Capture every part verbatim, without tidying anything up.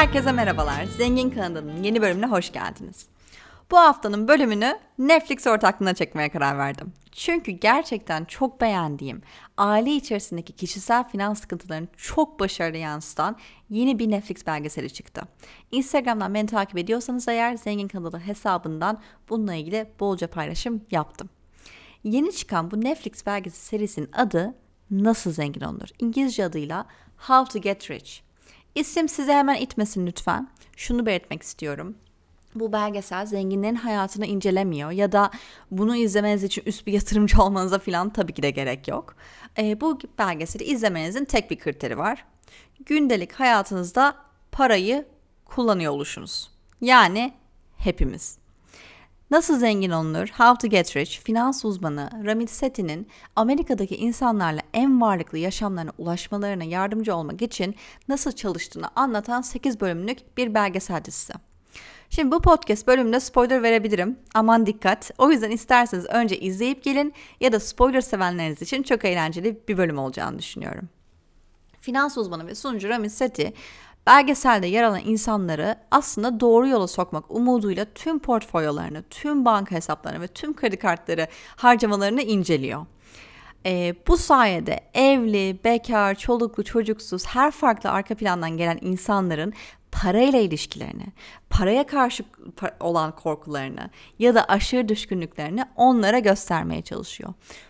Herkese merhabalar. Zengin kanalının yeni bölümüne hoş geldiniz. Bu haftanın bölümünü Netflix ortaklığına çekmeye karar verdim. Çünkü gerçekten çok beğendiğim, aile içerisindeki kişisel finans sıkıntılarını çok başarılı yansıtan yeni bir Netflix belgeseli çıktı. Instagram'dan beni takip ediyorsanız eğer Zengin kanalı hesabından bununla ilgili bolca paylaşım yaptım. Yeni çıkan bu Netflix belgesel serisinin adı Nasıl Zengin Olunur? İngilizce adıyla How to Get Rich. İsim size hemen itmesin lütfen. Şunu belirtmek istiyorum. Bu belgesel zenginlerin hayatını incelemiyor ya da bunu izlemeniz için üst bir yatırımcı olmanıza falan tabii ki de gerek yok. E, bu belgeseli izlemenizin tek bir kriteri var. Gündelik hayatınızda parayı kullanıyor oluşunuz. Yani hepimiz. Nasıl Zengin Olunur? How to Get Rich, finans uzmanı Ramit Sethi'nin Amerika'daki insanlarla en varlıklı yaşamlarına ulaşmalarına yardımcı olmak için nasıl çalıştığını anlatan sekiz bölümlük bir belgesel dizisi. Şimdi bu podcast bölümünde spoiler verebilirim. Aman dikkat. O yüzden isterseniz önce izleyip gelin ya da spoiler sevenleriniz için çok eğlenceli bir bölüm olacağını düşünüyorum. Finans uzmanı ve sunucu Ramit Sethi, belgeselde yer alan insanları aslında doğru yola sokmak umuduyla tüm portfolyolarını, tüm banka hesaplarını ve tüm kredi kartları harcamalarını inceliyor. Ee, bu sayede evli, bekar, çoluklu, çocuksuz her farklı arka plandan gelen insanların parayla ilişkilerini, paraya karşı olan korkularını ya da aşırı düşkünlüklerini onlara göstermeye çalışıyor.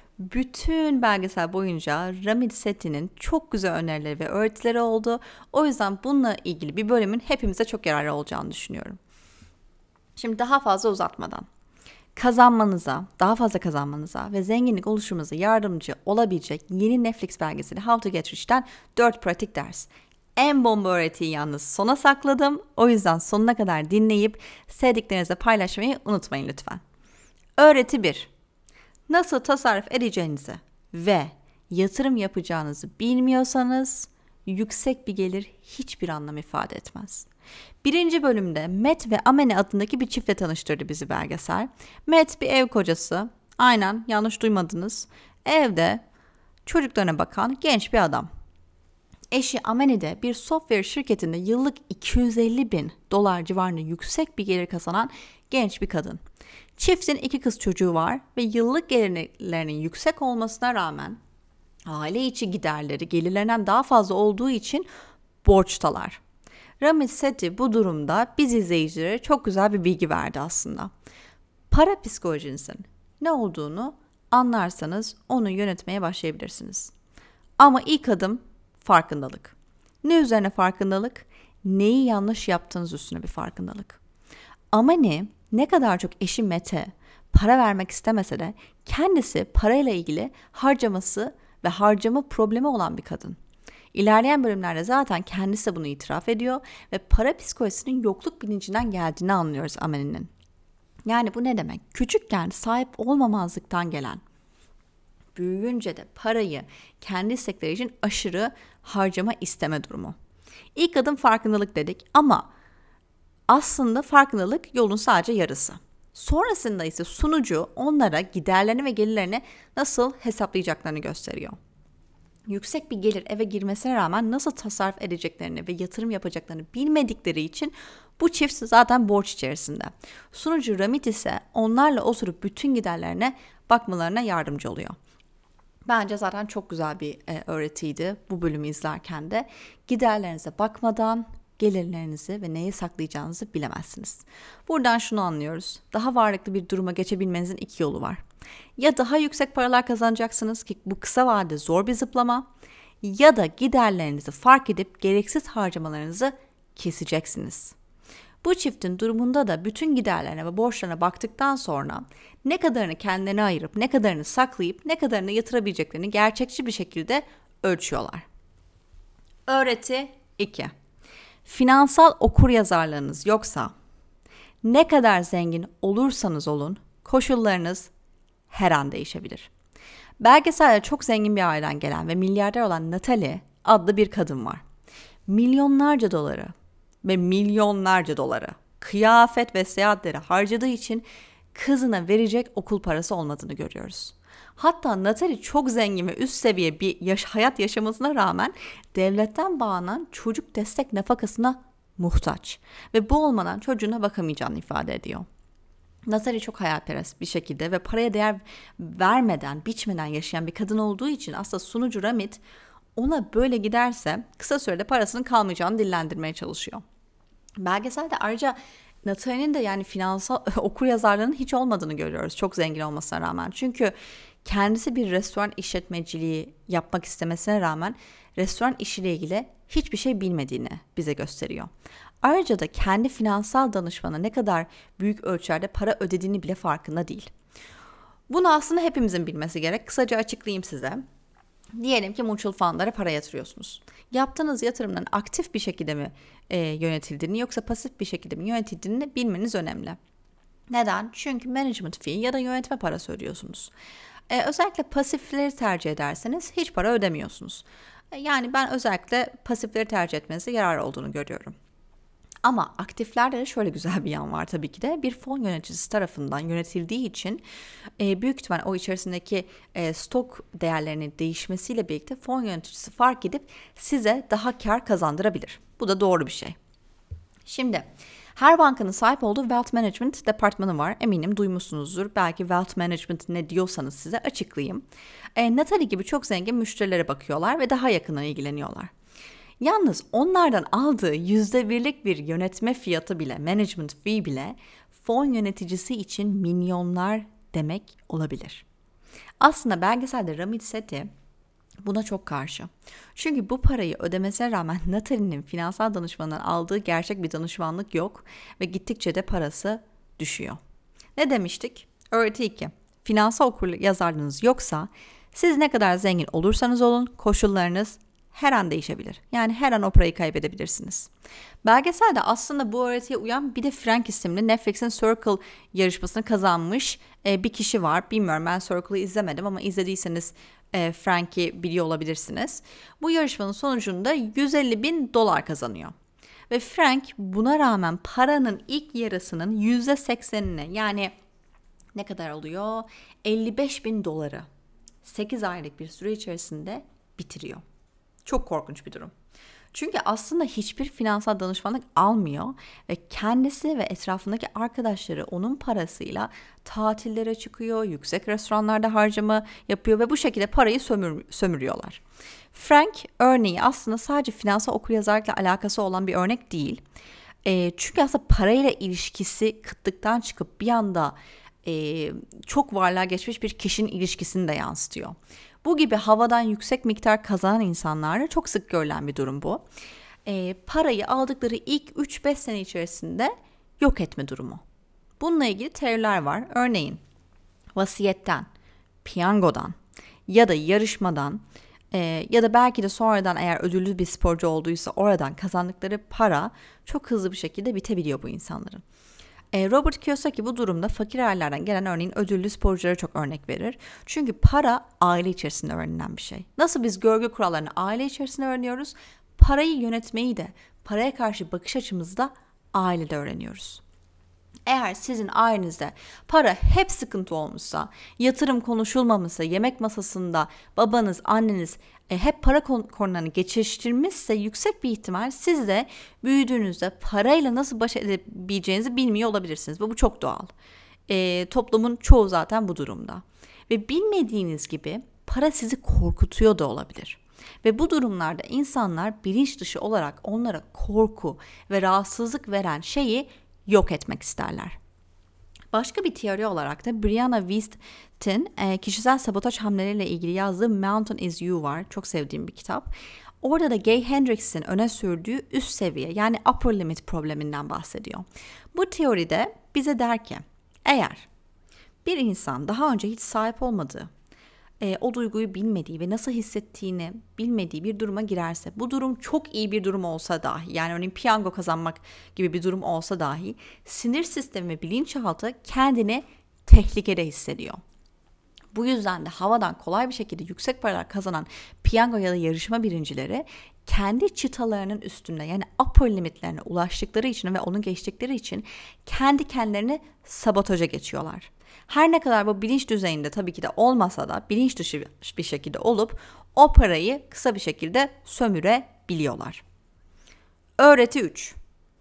Bütün belgesel boyunca Ramit Sethi'nin çok güzel önerileri ve öğretileri oldu. O yüzden bununla ilgili bir bölümün hepimize çok yararlı olacağını düşünüyorum. Şimdi daha fazla uzatmadan, kazanmanıza, daha fazla kazanmanıza ve zenginlik oluşturmanıza yardımcı olabilecek yeni Netflix belgeseli How to Get Rich'ten dört pratik ders. En bomba öğretiyi yalnız sona sakladım. O yüzden sonuna kadar dinleyip sevdiklerinizle paylaşmayı unutmayın lütfen. Öğreti bir. Nasıl tasarruf edeceğinizi ve yatırım yapacağınızı bilmiyorsanız yüksek bir gelir hiçbir anlam ifade etmez. Birinci bölümde Matt ve Amene adındaki bir çiftle tanıştırdı bizi belgesel. Matt bir ev kocası. Aynen, yanlış duymadınız. Evde çocuklarına bakan genç bir adam. Eşi Amene de bir software şirketinde yıllık iki yüz elli bin dolar civarında yüksek bir gelir kazanan genç bir kadın. Çiftin iki kız çocuğu var ve yıllık gelirlerinin yüksek olmasına rağmen aile içi giderleri gelirlerinden daha fazla olduğu için borçtalar. Ramit Sethi bu durumda biz izleyicilere çok güzel bir bilgi verdi aslında. Para psikolojinizin ne olduğunu anlarsanız onu yönetmeye başlayabilirsiniz. Ama ilk adım farkındalık. Ne üzerine farkındalık? Neyi yanlış yaptığınız üstüne bir farkındalık. Ama ne? Ne kadar çok eşi Mete para vermek istemese de kendisi parayla ilgili harcaması ve harcama problemi olan bir kadın. İlerleyen bölümlerde zaten kendisi de bunu itiraf ediyor ve para psikolojisinin yokluk bilincinden geldiğini anlıyoruz Amene'nin. Yani bu ne demek? Küçükken sahip olmamazlıktan gelen, büyüyünce de parayı kendi istekleri için aşırı harcama isteme durumu. İlk adım farkındalık dedik ama aslında farkındalık yolun sadece yarısı. Sonrasında ise sunucu onlara giderlerini ve gelirlerini nasıl hesaplayacaklarını gösteriyor. Yüksek bir gelir eve girmesine rağmen nasıl tasarruf edeceklerini ve yatırım yapacaklarını bilmedikleri için bu çift zaten borç içerisinde. Sunucu Ramit ise onlarla oturup bütün giderlerine bakmalarına yardımcı oluyor. Bence zaten çok güzel bir e, öğretiydi bu bölümü izlerken de. Giderlerinize bakmadan gelirlerinizi ve neyi saklayacağınızı bilemezsiniz. Buradan şunu anlıyoruz. Daha varlıklı bir duruma geçebilmenizin iki yolu var. Ya daha yüksek paralar kazanacaksınız ki bu kısa vadede zor bir zıplama, ya da giderlerinizi fark edip gereksiz harcamalarınızı keseceksiniz. Bu çiftin durumunda da bütün giderlerine ve borçlarına baktıktan sonra ne kadarını kendilerine ayırıp ne kadarını saklayıp ne kadarını yatırabileceklerini gerçekçi bir şekilde ölçüyorlar. Öğreti iki. Finansal okuryazarlığınız yoksa ne kadar zengin olursanız olun koşullarınız her an değişebilir. Belgeselde çok zengin bir aileden gelen ve milyarder olan Natalie adlı bir kadın var. Milyonlarca doları ve milyonlarca doları kıyafet ve seyahatlere harcadığı için kızına verecek okul parası olmadığını görüyoruz. Hatta Natalie çok zengin ve üst seviye bir yaş- hayat yaşamasına rağmen devletten bağlanan çocuk destek nafakasına muhtaç ve bu olmadan çocuğuna bakamayacağını ifade ediyor. Natalie çok hayalperest bir şekilde ve paraya değer vermeden, biçmeden yaşayan bir kadın olduğu için aslında sunucu Ramit ona böyle giderse kısa sürede parasının kalmayacağını dillendirmeye çalışıyor. Belgeselde ayrıca Natalie'nin de yani finansal okuryazarlığının hiç olmadığını görüyoruz çok zengin olmasına rağmen. Çünkü kendisi bir restoran işletmeciliği yapmak istemesine rağmen restoran işiyle ilgili hiçbir şey bilmediğini bize gösteriyor. Ayrıca da kendi finansal danışmana ne kadar büyük ölçüde para ödediğini bile farkında değil. Bunu aslında hepimizin bilmesi gerek. Kısaca açıklayayım size. Diyelim ki mutual fundlara para yatırıyorsunuz. Yaptığınız yatırımların aktif bir şekilde mi e, yönetildiğini yoksa pasif bir şekilde mi yönetildiğini bilmeniz önemli. Neden? Çünkü management fee ya da yönetme parası ödüyorsunuz. E, özellikle pasifleri tercih ederseniz hiç para ödemiyorsunuz. E, yani ben özellikle pasifleri tercih etmenize yarar olduğunu görüyorum. Ama aktiflerde de şöyle güzel bir yan var tabii ki de. Bir fon yöneticisi tarafından yönetildiği için e, büyük ihtimal o içerisindeki e, stok değerlerinin değişmesiyle birlikte fon yöneticisi fark edip size daha kar kazandırabilir. Bu da doğru bir şey. Şimdi her bankanın sahip olduğu Wealth Management departmanı var. Eminim duymuşsunuzdur. Belki Wealth Management ne diyorsanız size açıklayayım. E, Natalie gibi çok zengin müşterilere bakıyorlar ve daha yakından ilgileniyorlar. Yalnız onlardan aldığı yüzde birlik bir yönetme fiyatı bile, management fee bile fon yöneticisi için milyonlar demek olabilir. Aslında belgeselde Ramit Sethi buna çok karşı. Çünkü bu parayı ödemesine rağmen Natalie'nin finansal danışmanından aldığı gerçek bir danışmanlık yok ve gittikçe de parası düşüyor. Ne demiştik? Öğreti iki. Finansal okuryazarlığınız yoksa siz ne kadar zengin olursanız olun koşullarınız her an değişebilir. Yani her an o parayı kaybedebilirsiniz. Belgeselde aslında bu öğretiye uyan bir de Frank isimli Netflix'in Circle yarışmasını kazanmış bir kişi var. Bilmiyorum, ben Circle'ı izlemedim ama izlediyseniz Frank'i biliyor olabilirsiniz. Bu yarışmanın sonucunda yüz elli bin dolar kazanıyor. Ve Frank buna rağmen paranın ilk yarısının yüzde seksenini yani ne kadar oluyor? elli beş bin doları sekiz aylık bir süre içerisinde bitiriyor. Çok korkunç bir durum. Çünkü aslında hiçbir finansal danışmanlık almıyor ve kendisi ve etrafındaki arkadaşları onun parasıyla tatillere çıkıyor, yüksek restoranlarda harcama yapıyor ve bu şekilde parayı sömür, sömürüyorlar. Frank örneği aslında sadece finansal okuryazarlıkla alakası olan bir örnek değil. E, çünkü aslında parayla ilişkisi kıtlıktan çıkıp bir anda e, çok varlığa geçmiş bir kişinin ilişkisini de yansıtıyor. Bu gibi havadan yüksek miktar kazanan insanlarda çok sık görülen bir durum bu. E, parayı aldıkları ilk üç beş sene içerisinde yok etme durumu. Bununla ilgili teoriler var. Örneğin vasiyetten, piyangodan ya da yarışmadan e, ya da belki de sonradan eğer ödüllü bir sporcu olduysa oradan kazandıkları para çok hızlı bir şekilde bitebiliyor bu insanların. Robert Kiyosaki bu durumda fakir ailelerden gelen örneğin ödüllü sporculara çok örnek verir. Çünkü para aile içerisinde öğrenilen bir şey. Nasıl biz görgü kurallarını aile içerisinde öğreniyoruz, parayı yönetmeyi de, paraya karşı bakış açımızı da ailede öğreniyoruz. Eğer sizin ailenizde para hep sıkıntı olmuşsa, yatırım konuşulmamışsa, yemek masasında babanız, anneniz e, hep para konularını geçiştirmişse yüksek bir ihtimal siz de büyüdüğünüzde parayla nasıl baş edebileceğinizi bilmiyor olabilirsiniz. Ve bu çok doğal. E, toplumun çoğu zaten bu durumda. Ve bilmediğiniz gibi para sizi korkutuyor da olabilir. Ve bu durumlarda insanlar bilinç dışı olarak onlara korku ve rahatsızlık veren şeyi yok etmek isterler. Başka bir teori olarak da Brianna Wiest'in e, kişisel sabotaj hamleleriyle ilgili yazdığı Mountain is You var. Çok sevdiğim bir kitap. Orada da Gay Hendricks'in öne sürdüğü üst seviye yani upper limit probleminden bahsediyor. Bu teoride bize der ki eğer bir insan daha önce hiç sahip olmadığı, E, o duyguyu bilmediği ve nasıl hissettiğini bilmediği bir duruma girerse, bu durum çok iyi bir durum olsa dahi, yani örneğin piyango kazanmak gibi bir durum olsa dahi, sinir sistemi ve bilinçaltı kendini tehlikede hissediyor. Bu yüzden de havadan kolay bir şekilde yüksek paralar kazanan piyango ya da yarışma birincileri kendi çıtalarının üstünde yani upper limitlerine ulaştıkları için ve onu geçtikleri için kendi kendilerini sabotaja geçiyorlar. Her ne kadar bu bilinç düzeyinde tabii ki de olmasa da bilinç dışı bir şekilde olup o parayı kısa bir şekilde sömürebiliyorlar. Öğreti üç.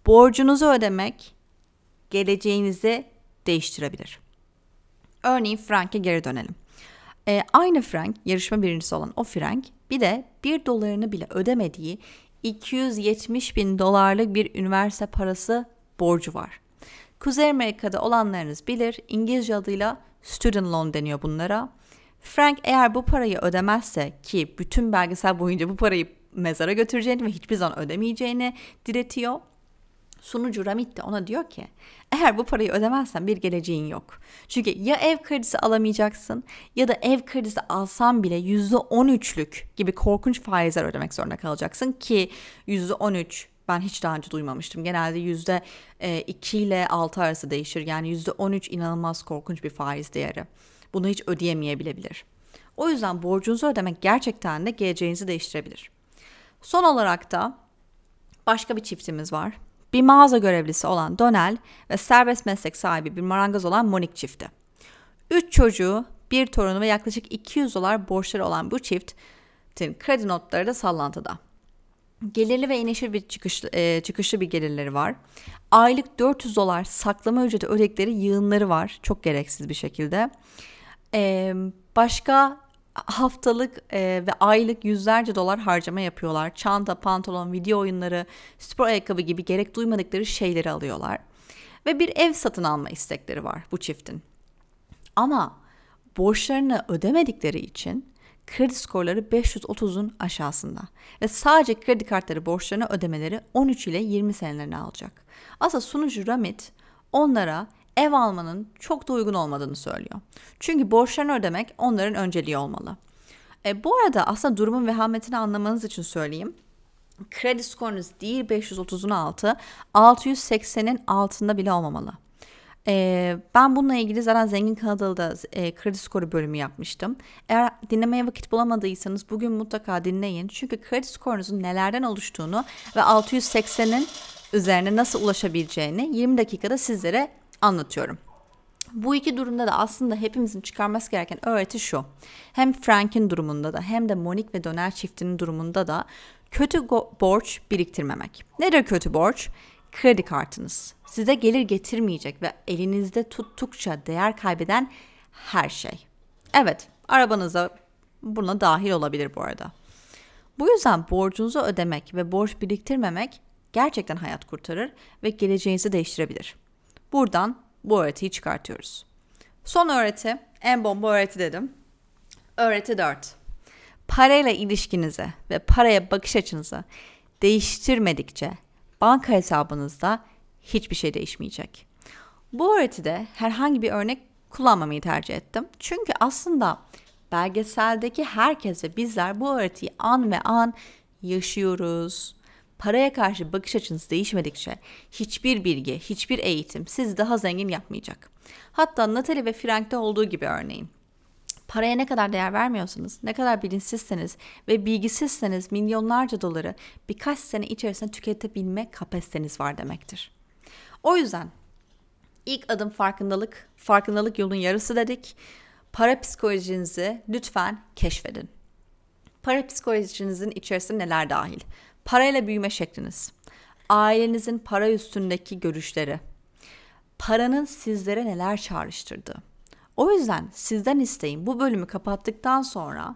Borcunuzu ödemek geleceğinizi değiştirebilir. Örneğin Frank'e geri dönelim. Ee, aynı Frank, yarışma birincisi olan o Frank, bir de bir dolarını bile ödemediği iki yüz yetmiş bin dolarlık bir üniversite parası borcu var. Kuzey Amerika'da olanlarınız bilir, İngilizce adıyla student loan deniyor bunlara. Frank eğer bu parayı ödemezse, ki bütün belgesel boyunca bu parayı mezara götüreceğini ve hiçbir zaman ödemeyeceğini diretiyor. Sunucu Ramit de ona diyor ki, eğer bu parayı ödemezsen bir geleceğin yok. Çünkü ya ev kredisi alamayacaksın ya da ev kredisi alsan bile yüzde on üçlük gibi korkunç faizler ödemek zorunda kalacaksın ki yüzde on üç ben hiç daha önce duymamıştım. Genelde yüzde iki ile altı arası değişir. Yani yüzde on üç inanılmaz korkunç bir faiz değeri. Bunu hiç ödeyemeyebilir. O yüzden borcunuzu ödemek gerçekten de geleceğinizi değiştirebilir. Son olarak da başka bir çiftimiz var. Bir mağaza görevlisi olan Donel ve serbest meslek sahibi bir marangoz olan Monique çifti. Üç çocuğu, bir torunu ve yaklaşık iki yüz dolar borçları olan bu çiftin kredi notları da sallantıda. Gelirli ve inişli bir çıkışlı, e, çıkışlı bir gelirleri var. Aylık dört yüz dolar saklama ücreti ödedikleri yığınları var. Çok gereksiz bir şekilde. E, başka haftalık e, ve aylık yüzlerce dolar harcama yapıyorlar. Çanta, pantolon, video oyunları, spor ayakkabı gibi gerek duymadıkları şeyleri alıyorlar. Ve bir ev satın alma istekleri var bu çiftin. Ama borçlarını ödemedikleri için kredi skorları beş yüz otuzun aşağısında. Ve sadece kredi kartları borçlarını ödemeleri on üç ile yirmi senelerini alacak. Aslında sunucu Ramit onlara ev almanın çok da uygun olmadığını söylüyor. Çünkü borçlarını ödemek onların önceliği olmalı. E, bu arada aslında durumun vehametini anlamanız için söyleyeyim. Kredi skorunuz değil beş yüz otuzun altı, altı yüz seksenin altında bile olmamalı. E, ben bununla ilgili zaten Zengin Kanadalı'da e, kredi skoru bölümü yapmıştım. Eğer dinlemeye vakit bulamadıysanız bugün mutlaka dinleyin. Çünkü kredi skorunuzun nelerden oluştuğunu ve altı yüz seksenin üzerine nasıl ulaşabileceğini yirmi dakikada sizlere anlatıyorum. Bu iki durumda da aslında hepimizin çıkarması gereken öğreti şu. Hem Frank'in durumunda da hem de Monique ve Donel çiftinin durumunda da kötü borç biriktirmemek. Nedir kötü borç? Kredi kartınız. Size gelir getirmeyecek ve elinizde tuttukça değer kaybeden her şey. Evet, arabanıza buna dahil olabilir bu arada. Bu yüzden borcunuzu ödemek ve borç biriktirmemek gerçekten hayat kurtarır ve geleceğinizi değiştirebilir. Buradan bu öğretiyi çıkartıyoruz. Son öğreti, en bomba öğreti dedim. Öğreti dört. Parayla ilişkinizi ve paraya bakış açınızı değiştirmedikçe banka hesabınızda hiçbir şey değişmeyecek. Bu öğretide herhangi bir örnek kullanmamayı tercih ettim. Çünkü aslında belgeseldeki herkes ve bizler bu öğretiyi an ve an yaşıyoruz. Paraya karşı bakış açınız değişmedikçe hiçbir bilgi, hiçbir eğitim sizi daha zengin yapmayacak. Hatta Natalie ve Frank'te olduğu gibi örneğin. Paraya ne kadar değer vermiyorsanız, ne kadar bilinçsizseniz ve bilgisizseniz milyonlarca doları birkaç sene içerisinde tüketebilme kapasiteniz var demektir. O yüzden ilk adım farkındalık, farkındalık yolun yarısı dedik. Para psikolojinizi lütfen keşfedin. Para psikolojinizin içerisinde neler dahil? Parayla büyüme şekliniz, ailenizin para üstündeki görüşleri, paranın sizlere neler çağrıştırdığı. O yüzden sizden isteğim bu bölümü kapattıktan sonra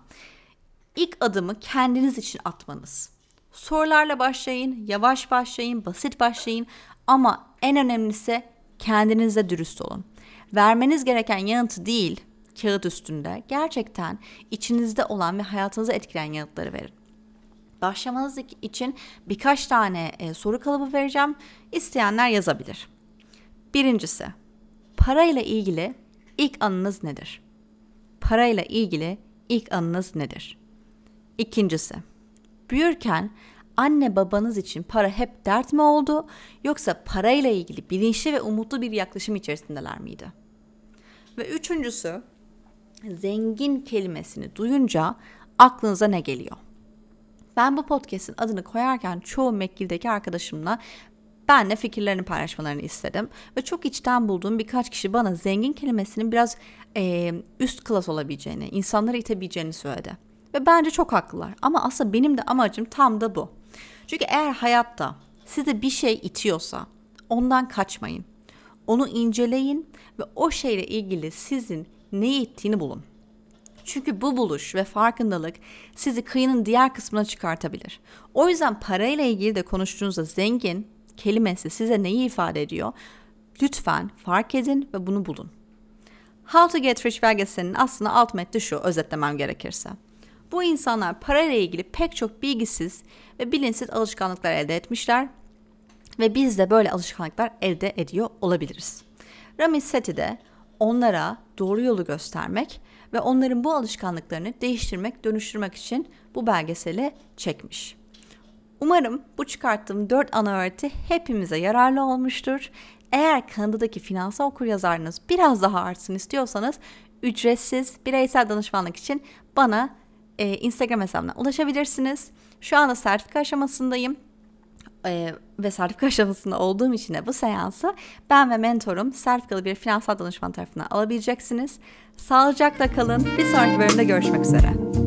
ilk adımı kendiniz için atmanız. Sorularla başlayın, yavaş başlayın, basit başlayın ama en önemlisi kendinize dürüst olun. Vermeniz gereken yanıtı değil, kağıt üstünde gerçekten içinizde olan ve hayatınızı etkileyen yanıtları verin. Başlamanız için birkaç tane e, soru kalıbı vereceğim. İsteyenler yazabilir. Birincisi, parayla ilgili ilk anınız nedir? Parayla ilgili ilk anınız nedir? İkincisi, büyürken anne babanız için para hep dert mi oldu yoksa parayla ilgili bilinçli ve umutlu bir yaklaşım içerisindeler miydi? Ve üçüncüsü, zengin kelimesini duyunca aklınıza ne geliyor? Ben bu podcast'in adını koyarken çoğu McGill'deki arkadaşımla benle fikirlerini paylaşmalarını istedim. Ve çok içten bulduğum birkaç kişi bana zengin kelimesinin biraz e, üst klas olabileceğini, insanları itebileceğini söyledi. Ve bence çok haklılar. Ama aslında benim de amacım tam da bu. Çünkü eğer hayatta size bir şey itiyorsa ondan kaçmayın. Onu inceleyin ve o şeyle ilgili sizin neyi ittiğini bulun. Çünkü bu buluş ve farkındalık sizi kıyının diğer kısmına çıkartabilir. O yüzden parayla ilgili de konuştuğunuzda zengin kelimesi size neyi ifade ediyor? Lütfen fark edin ve bunu bulun. How to Get Rich belgeselinin aslında alt metni şu, özetlemem gerekirse. Bu insanlar parayla ilgili pek çok bilgisiz ve bilinçsiz alışkanlıklar elde etmişler ve biz de böyle alışkanlıklar elde ediyor olabiliriz. Ramiz Sethi de onlara doğru yolu göstermek ve onların bu alışkanlıklarını değiştirmek, dönüştürmek için bu belgeseli çekmiş. Umarım bu çıkarttığım dört ana öğreti hepimize yararlı olmuştur. Eğer kanalımdaki finansal okuryazarlığınız biraz daha artsın istiyorsanız ücretsiz bireysel danışmanlık için bana e, Instagram hesabına ulaşabilirsiniz. Şu anda sertifika aşamasındayım. Ee, ve sertifika aşamasında olduğum için de bu seansı ben ve mentorum sertifikalı bir finansal danışman tarafından alabileceksiniz. Sağlıcakla kalın. Bir sonraki bölümde görüşmek üzere.